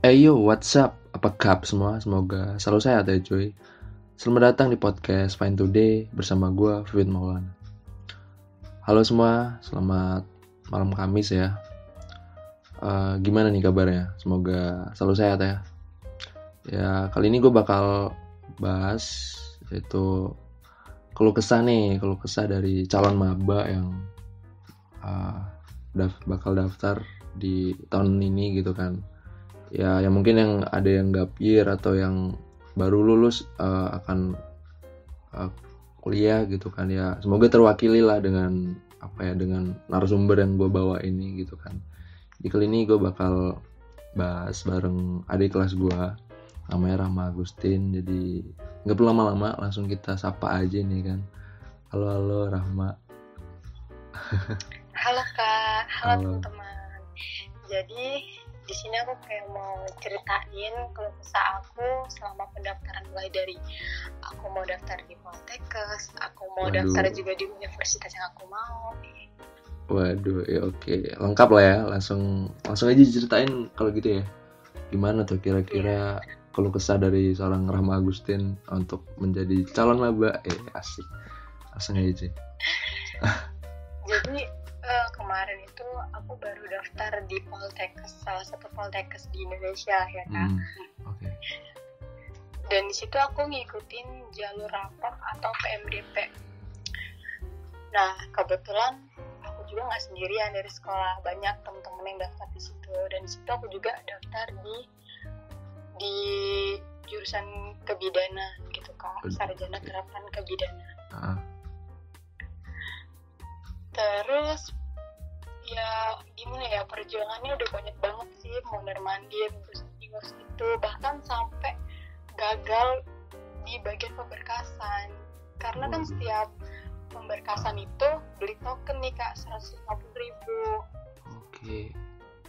Yo, what's up? Apa kabar semua? Semoga selalu sehat ya cuy. Selamat datang di podcast Fine Today bersama gue, Vivit Maulana. Halo semua, selamat malam Kamis ya. Gimana nih kabarnya? Semoga selalu sehat ya. Ya, kali ini gue bakal bahas yaitu keluh kesah dari calon maba yang bakal daftar di tahun ini gitu kan. Ya mungkin yang ada yang gap year atau yang baru lulus akan kuliah gitu kan ya, semoga terwakili lah dengan dengan narasumber yang gue bawa ini gitu kan. Di kali ini gue bakal bahas bareng adik kelas gue namanya Rahma Agustin, jadi nggak perlu lama-lama, langsung kita sapa aja nih kan. Halo Rahma. Halo Kak, halo teman-teman. Jadi di sini aku kayak mau ceritain keluh kesah aku selama pendaftaran, mulai dari aku mau daftar di Poltekkes, aku mau daftar juga di universitas yang aku mau. Waduh, ya oke, lengkap lah ya. Langsung aja ceritain kalau gitu ya. Gimana tuh kira-kira keluh kesah dari seorang Rahma Agustin untuk menjadi calon maba? Asik, langsung aja. Jadi kemarin itu aku baru daftar di Poltekkes, salah satu Poltekkes di Indonesia ya kan. Okay. Dan di situ aku ngikutin jalur rapor atau PMDP. Nah kebetulan aku juga nggak sendirian dari sekolah, banyak teman-teman yang daftar di situ. Dan di situ aku juga daftar di jurusan kebidana gitu Kak, sarjana terapan kebidana. Terus ya gimana ya, perjuangannya udah banyak banget sih, mondar-mandir terus itu, bahkan sampai gagal di bagian pemberkasan karena kan setiap pemberkasan itu beli token nih Kak, 150.000. Oke.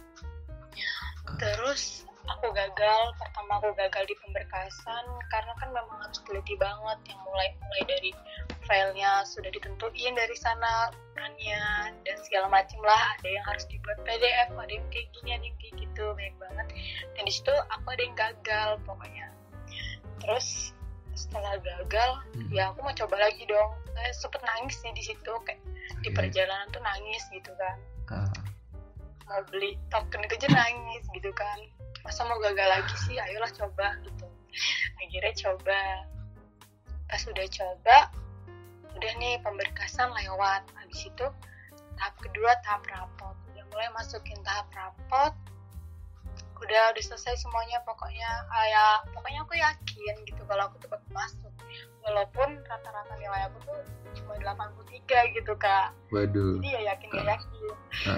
Terus aku gagal di pemberkasan karena kan memang harus teliti banget, yang mulai dari filenya sudah ditentuin dari sana ukurannya dan segala macam lah, ada yang harus dibuat PDF, ada yang kayak gini, ada yang kayak gitu, banyak banget. Dan di situ aku ada yang gagal pokoknya. Terus setelah gagal ya aku mau coba lagi dong. Saya sempet nangis sih di situ, kayak di perjalanan tuh nangis gitu kan. Mau beli token itu aja nangis gitu kan, masa mau gagal lagi sih, ayolah coba gitu. Akhirnya coba, pas udah coba udah nih pemberkasan lewat, habis itu tahap kedua, tahap rapot, udah mulai masukin tahap rapot, udah selesai semuanya pokoknya. Pokoknya aku yakin gitu kalau aku tuh bakal masuk, walaupun rata-rata nilai aku tuh cuma 83 gitu Kak. Waduh. Jadi ya yakin gak yakin.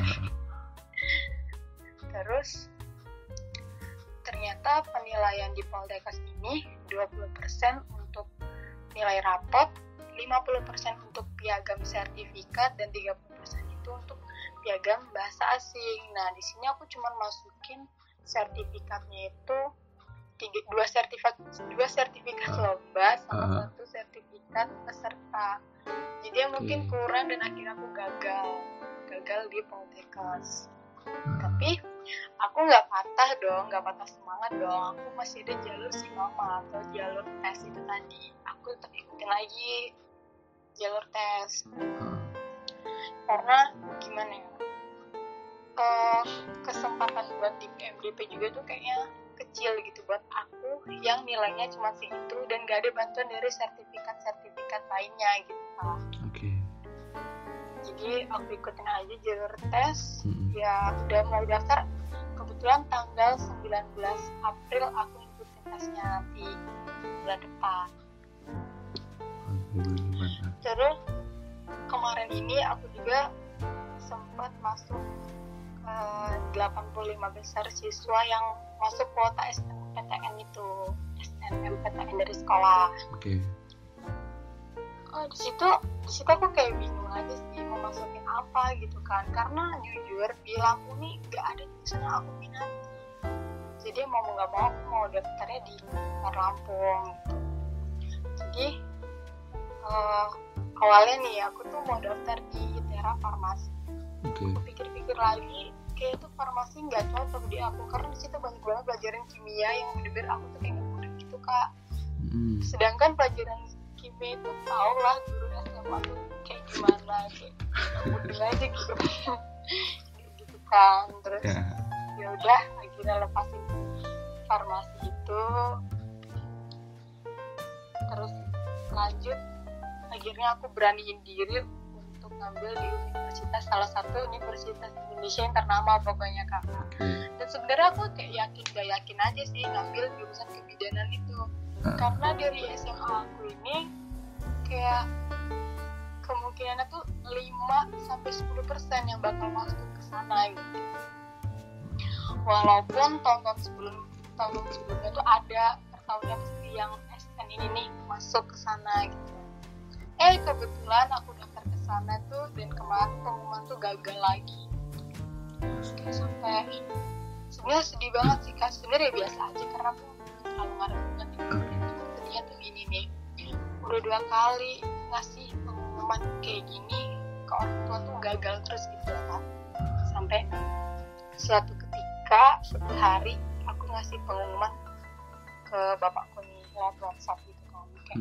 Terus ternyata penilaian di Poltekkes ini 20% untuk nilai rapot, 50% untuk piagam sertifikat, dan 30% itu untuk piagam bahasa asing. Nah di sini aku cuma masukin sertifikatnya itu dua sertifikat lomba sama satu sertifikat peserta. Jadi mungkin kurang dan akhirnya aku gagal di Poltekkes. Tapi aku nggak patah semangat dong. Aku masih ada jalur sinoma atau jalur tes itu tadi. Aku tetap ikutin lagi jalur tes. Karena gimana ya, kesempatan buat di PMDP juga tuh kayaknya kecil gitu buat aku yang nilainya cuma segitu dan nggak ada bantuan dari sertifikat lainnya gitu Pak. Jadi aku ikutin aja jalur tes. Ya udah mau daftar, kebetulan tanggal 19 April aku ikutin tesnya nanti bulan depan. Terus kemarin ini aku juga sempat masuk ke 85 besar siswa yang masuk kuota SNMPTN itu, SNMPTN dari sekolah. Di situ aku kayak bingung aja sih mau masukin apa gitu kan, karena jujur di Lampung nih gak ada jurusan yang aku minati. Jadi mau nggak mau aku mau daftarnya di Lampung gitu. Jadi awalnya nih aku tuh mau daftar di ITERA Farmasi. Aku pikir-pikir lagi, kayak itu farmasi nggak cocok di aku, karena di situ banyak banget pelajaran kimia yang bener-bener aku tuh kayak nggak mudah gitu kak. Sedangkan pelajaran kimia itu tau lah guru SMA tuh kayak gimana, kayak mudah aja gitu gitu kan. Terus ya udah akhirnya lepasin farmasi itu, terus lanjut akhirnya aku beraniin diri untuk ngambil di universitas, salah satu universitas Indonesia yang ternama pokoknya kak. Dan sebenarnya aku kayak gak yakin aja sih ngambil jurusan kebidanan itu, karena dari SMA aku ini kayak kemungkinannya tuh 5-10% yang bakal masuk ke sana gitu. Walaupun tahun-tahun sebelumnya tuh ada tahunnya pasti yang SN ini nih masuk ke sana gitu. Kebetulan aku daftar ke sana tuh, dan kemarin pengumuman tuh gagal lagi. Kayak sampai sebenarnya sedih banget sih kak. Sebenarnya biasa aja karena aku selalu ngarep banget gitu. Sedihnya tuh gini nih, udah 2 kali ngasih pengumuman kayak gini ke orang tua tuh gagal terus gitu ya kak. Sampai suatu ketika, suatu hari aku ngasih pengumuman ke bapakku nih lewat WhatsApp gitu kan, kayak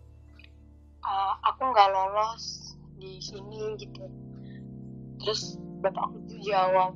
aku nggak lolos di sini gitu. Terus bapakku tuh jawab,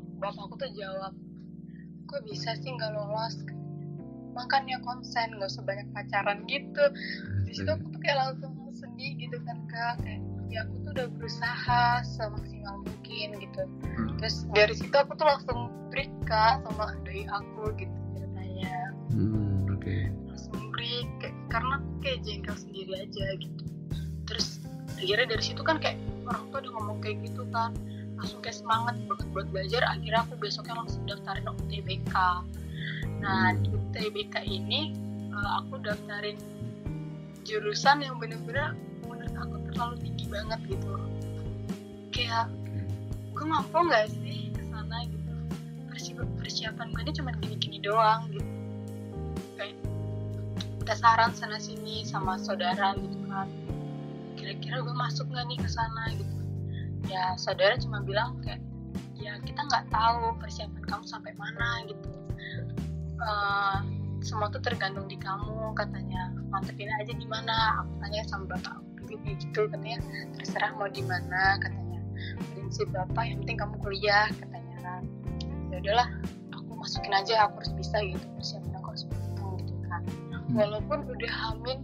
kok bisa sih nggak lolos? Makanya konsen, nggak usah banyak pacaran gitu. Di situ aku tuh kayak langsung sedih gitu kan kak, kayak ya aku tuh udah berusaha semaksimal mungkin gitu. Terus dari situ aku tuh langsung break kak sama doi aku gitu ceritanya. Langsung break karena kayak jengkel sendiri aja gitu. Terus akhirnya dari situ kan kayak orang tua udah ngomong kayak gitu kan, langsung kayak semangat banget buat belajar. Akhirnya aku besoknya langsung daftarin UTBK. Nah di UTBK ini aku daftarin jurusan yang bener-bener menurut aku terlalu tinggi banget gitu. Kayak gue mampu nggak sih kesana gitu, persiapan gue ini cuma gini-gini doang gitu. Kayak kita saran sana sini sama saudara gitu kan, kira-kira gue masuk nggak nih ke sana gitu. Ya saudara cuma bilang kayak ya kita nggak tahu persiapan kamu sampai mana gitu, semua tuh tergantung di kamu katanya, mantepin aja di mana. Aku tanya sama bapak aku gitu, katanya terserah mau di mana katanya, prinsip bapak yang penting kamu kuliah katanya. Ya udahlah aku masukin aja, aku harus bisa gitu, persiapan aku harus bisa gitu kan. Walaupun udah hamil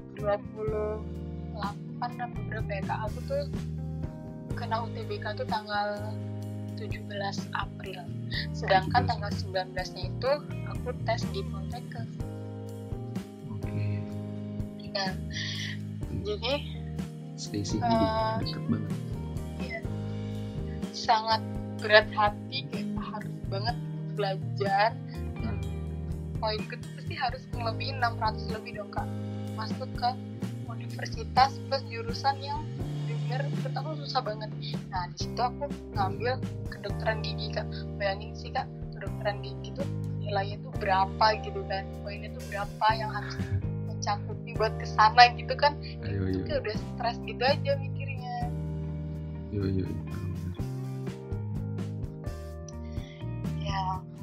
28 atau berapa ya kak, aku tuh kena UTBK tuh tanggal 17 April, sedangkan tanggal 19-nya itu aku tes di Poltekkes. Ya, jadi Stacy dekat banget. Ya, sangat berat hati, kayak harus banget belajar. Poinku tuh pasti harus melebihin 600 lebih dong kak, masuk ke universitas plus jurusan yang bener menurut aku susah banget. Nah di situ aku ngambil kedokteran gigi kak. Bayangin sih kak, kedokteran gigi tuh nilainya tuh berapa gitu kan, poinnya tuh berapa yang harus mencakupi buat kesana gitu kan. Itu kayak udah stres gitu aja mikirnya. Ya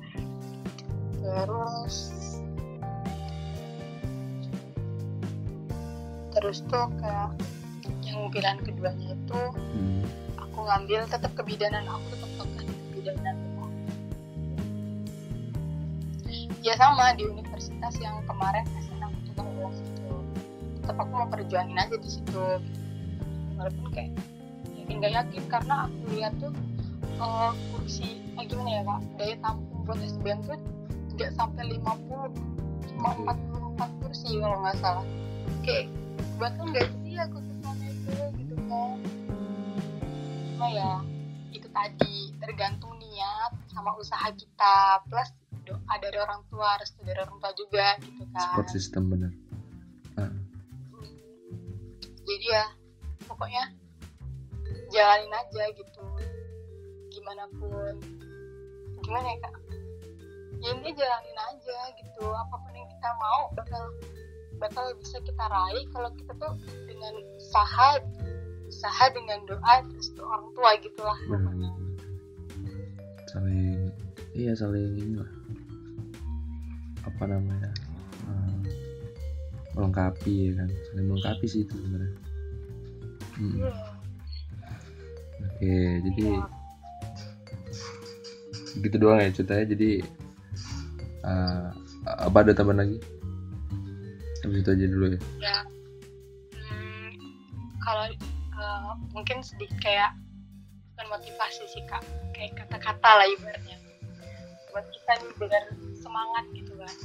terus tuh kayak yang pilihan keduanya itu aku ngambil tetap kebidanan, aku tetap fokus di kebidanan. Ya sama di universitas yang kemarin SN aku coba ulang itu, tetap aku mau perjuangin aja di situ, walaupun kayak yakin gak yakin karena aku lihat tuh kursi gimana ya kak, daya tampung buat SBM tuh nggak sampai 50, cuma 44 kursi kalau nggak salah. Kayak bakal nggak sih aku kesana itu gitu kan. Cuma ya itu tadi tergantung niat sama usaha kita, plus doa dari orang tua, restu dari orang tua juga gitu kan. Support system bener. Jadi ya pokoknya jalanin aja gitu, gimana pun, gimana ya kak, ya ini jalanin aja gitu. Apapun yang kita mau bakal bisa kita raih kalau kita tuh dengan usaha dengan doa terus orang tua gitulah pokoknya. Saling iya saling inilah, apa namanya, melengkapi ya kan, saling melengkapi sih itu sebenarnya. Oke, jadi gitu doang ya ceritanya. Jadi apa ada tambahan lagi? Habis itu aja dulu ya. Ya, kalau mungkin sedikit kayak bukan motivasi sih Kak, kayak kata-kata lah ibaratnya buat kita nih biar semangat gitu kan.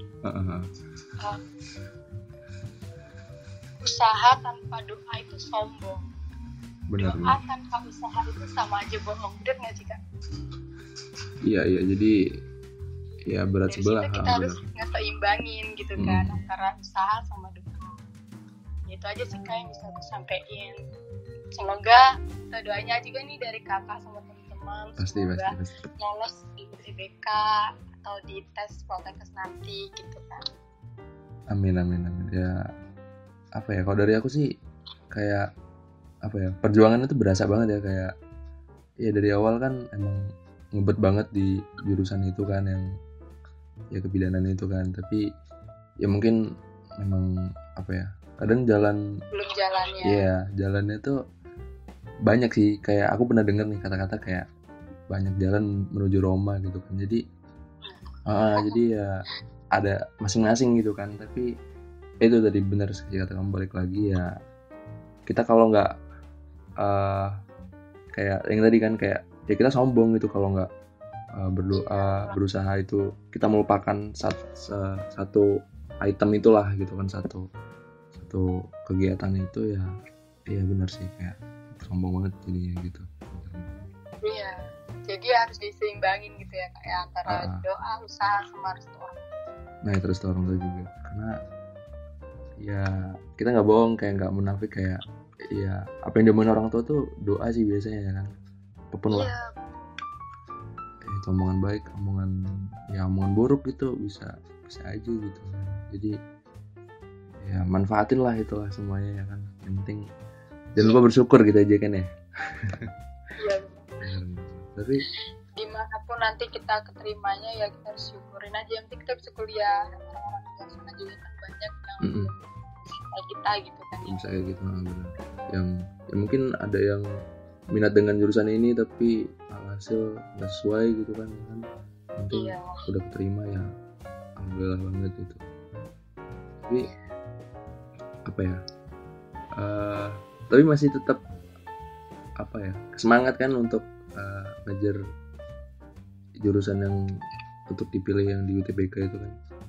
Usaha tanpa doa itu sombong. Benar. Doa tanpa usaha itu sama aja bohong. Bener nggak sih Kak? Iya, jadi ya berat dari sebelah. Dari situ kita harus ngeseimbangin gitu kan antara usaha sama doa. Itu aja sih Kak yang bisa aku sampein. Semoga kita doanya juga nih dari kakak sama teman-teman pasti lolos di UTBK atau di tes Poltekkes nanti gitu kan. Amin. Ya apa ya, kalau dari aku sih kayak apa ya, perjuangan itu berasa banget ya, kayak ya dari awal kan emang ngebet banget di jurusan itu kan, yang ya kebidanan itu kan, tapi ya mungkin memang apa ya, kadang belum jalannya. Iya, jalannya tuh banyak sih, kayak aku pernah dengar nih kata-kata kayak banyak jalan menuju Roma gitu kan. Jadi jadi ya ada masing-masing gitu kan. Tapi itu tadi benar sih kata kamu, balik lagi ya kita kalau nggak kayak yang tadi kan, kayak ya kita sombong gitu kalau nggak berdoa, berusaha itu kita melupakan satu item itulah gitu kan, satu kegiatan itu ya benar sih, kayak sombong banget jadinya gitu. Iya, jadi harus diseimbangin gitu ya kayak antara doa, usaha sama restu orang. Nah itu restu orang tua juga, karena ya kita nggak bohong, kayak nggak munafik, kayak ya apa yang diomongin orang tua tuh doa sih biasanya ya kan, apapun lah. Kayak itu omongan baik, omongan buruk gitu bisa aja gitu. Jadi ya manfaatin lah itulah semuanya ya kan, yang penting jangan lupa bersyukur gitu aja kan ya. Iya. Tapi dimanapun nanti kita keterimanya ya kita harus syukurin aja, yang penting kita bisa kuliah. Orang-orang di luar sana juga kan banyak yang kayak kita gitu kan. Bisa kayak gitu, benar. Yang ya mungkin ada yang minat dengan jurusan ini tapi hasil nggak sesuai gitu kan. Nanti udah keterima ya alhamdulillah banget gitu. Tapi apa ya? Tapi masih tetap apa ya, semangat kan untuk ngajar jurusan yang untuk dipilih yang di UTBK itu kan.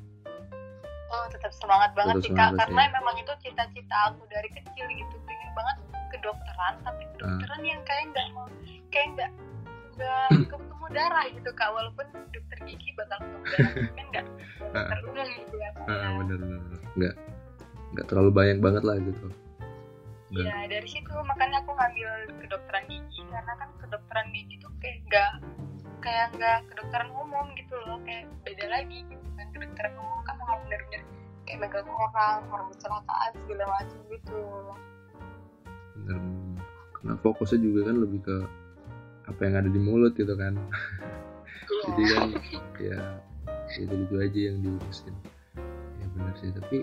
Tetap semangat banget sih Kak, karena memang itu cita-cita aku dari kecil gitu, pengen banget kedokteran, tapi kedokteran yang kayak nggak ketemu darah gitu Kak, walaupun dokter gigi bakal ketemu darah, kan nggak dokter umum gitu ya. Bener, nggak terlalu banyak banget lah gitu. Iya, dari situ makanya aku ngambil kedokteran gigi, karena kan kedokteran gigi tuh kayak nggak kedokteran umum gitu loh, kayak beda lagi gitu kan. Kedokteran umum kan memang benar-benar kayak megang orang kecelakaan segala macam gitu. Benar, karena fokusnya juga kan lebih ke apa yang ada di mulut gitu kan. Jadi kan ya itu aja yang diurusin. Ya benar sih, tapi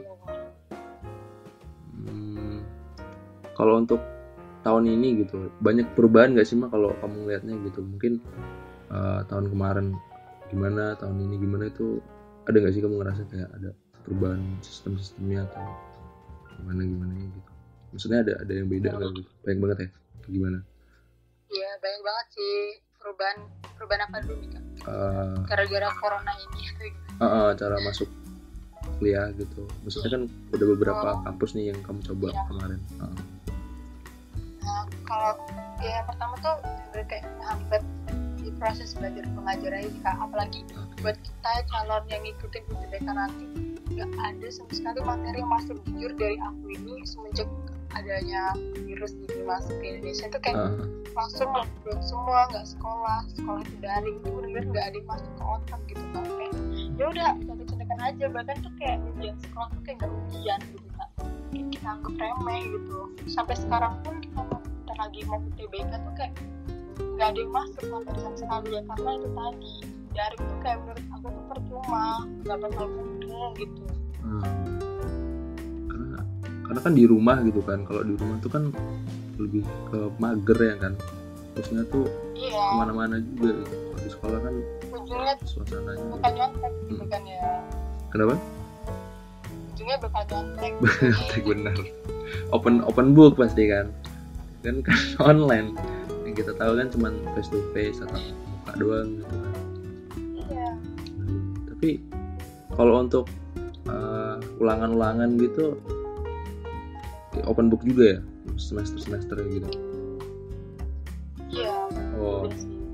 kalau untuk tahun ini gitu banyak perubahan nggak sih Ma, kalau kamu ngeliatnya gitu? Mungkin tahun kemarin gimana, tahun ini gimana, itu ada nggak sih kamu ngerasa kayak ada perubahan sistemnya atau gimana gitu? Maksudnya ada yang beda nggak gitu? Banyak banget ya? Gimana? Iya banyak banget sih perubahan apa dulu nih Kak? Gara-gara corona ini atau gimana? Cara masuk kuliah gitu. Maksudnya kan udah beberapa kampus nih yang kamu coba kemarin. Nah, kalau yang pertama tuh kayak hampir di proses belajar mengajar aja Kak, apalagi buat kita calon yang ngikutin UTBK nanti, nggak ada sama sekali materi yang masuk. Jujur dari aku ini semenjak adanya virus ini masuk ke Indonesia tuh kayak langsung lockdown semua, nggak sekolah itu daring, itu bener-bener nggak ada yang masuk ke otak gitu kan. Kayak ya udah contek-contekan aja, bahkan tuh kayak ujian sekolah tuh kayak nggak ujian gitu kan, kita anggap remeh gitu. Sampai sekarang pun kita lagi mau UTBK tuh kayak nggak ada yang masuk materi sama sekali ya, karena itu tadi daring tuh kayak menurut aku tuh percuma, nggak bakal ketemu gitu. Karena kan di rumah gitu kan, kalau di rumah tuh kan lebih ke mager ya kan, terusnya tuh kemana-mana juga gitu. Kalau di sekolah kan ujungnya suasananya bakal nyontek gitu kan ya. Kenapa? Ujungnya bakal nyontek. Benar. Open book pasti kan online yang kita tahu kan cuman face to face atau muka doang gitu kan. Iya. Tapi kalau untuk ulangan gitu open book juga ya semester gitu. Iya. Oh.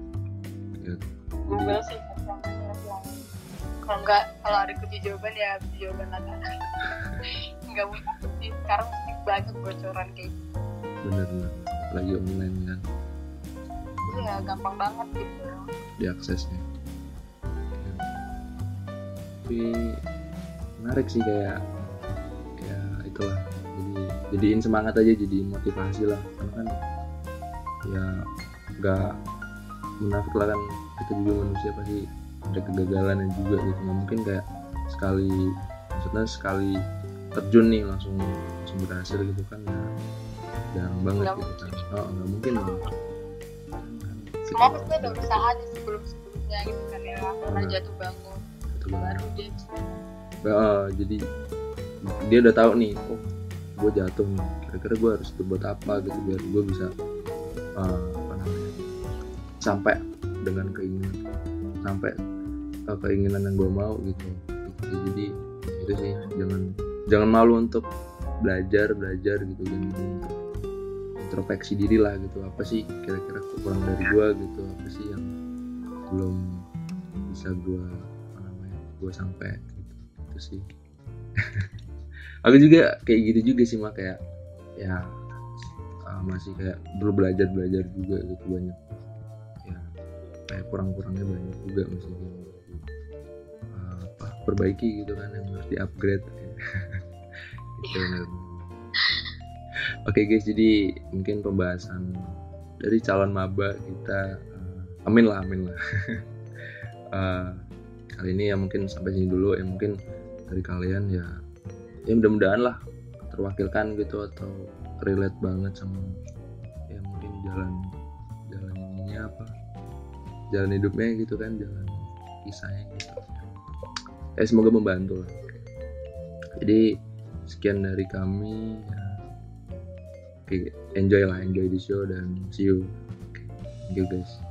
Google sih kalau nggak, kalau ada kunci jawaban ya kunci jawaban anak. Nggak mungkin sih, sekarang mesti banyak bocoran kayak gitu. Bener lagi online kan. Iya, gampang banget gitu diaksesnya. Tapi menarik sih, kayak ya itulah, jadiin semangat aja, jadiin motivasi lah, karena kan ya nggak munafik lah kan, kita juga manusia pasti ada kegagalan juga gitu. Nggak mungkin kayak sekali terjun nih langsung berhasil gitu kan, ya jarang banget nggak gitu kan. Nggak mungkin loh. Semua pasti ada usahanya sebelumnya gitu kan ya, karena jatuh bangun baru dia bisa. Jadi dia udah tahu nih, oh gue jatuh nih, kira-kira gue harus berbuat apa gitu biar gue bisa sampai dengan keinginan yang gue mau gitu. Jadi itu sih, jangan malu untuk belajar gitu, dan untuk introspeksi diri lah gitu, apa sih kira-kira kurang dari gue gitu, apa sih yang belum bisa gue sampai gitu. Itu sih. Aku juga kayak gitu juga sih, kayak ya masih kayak perlu belajar juga gitu, banyak ya, kayak kurangnya banyak juga, masih perbaiki gitu kan, yang harus di-upgrade gitu. Oke guys, jadi mungkin pembahasan dari calon maba kita, amin lah kali ini ya mungkin sampai sini dulu ya. Mungkin dari kalian ya mudah-mudahan lah terwakilkan gitu, atau relate banget sama ya mungkin jalan ininya jalan hidupnya gitu kan, jalan kisahnya gitu. Semoga membantu lah. Jadi sekian dari kami ya. Oke, enjoy the show dan see you. Thank you guys.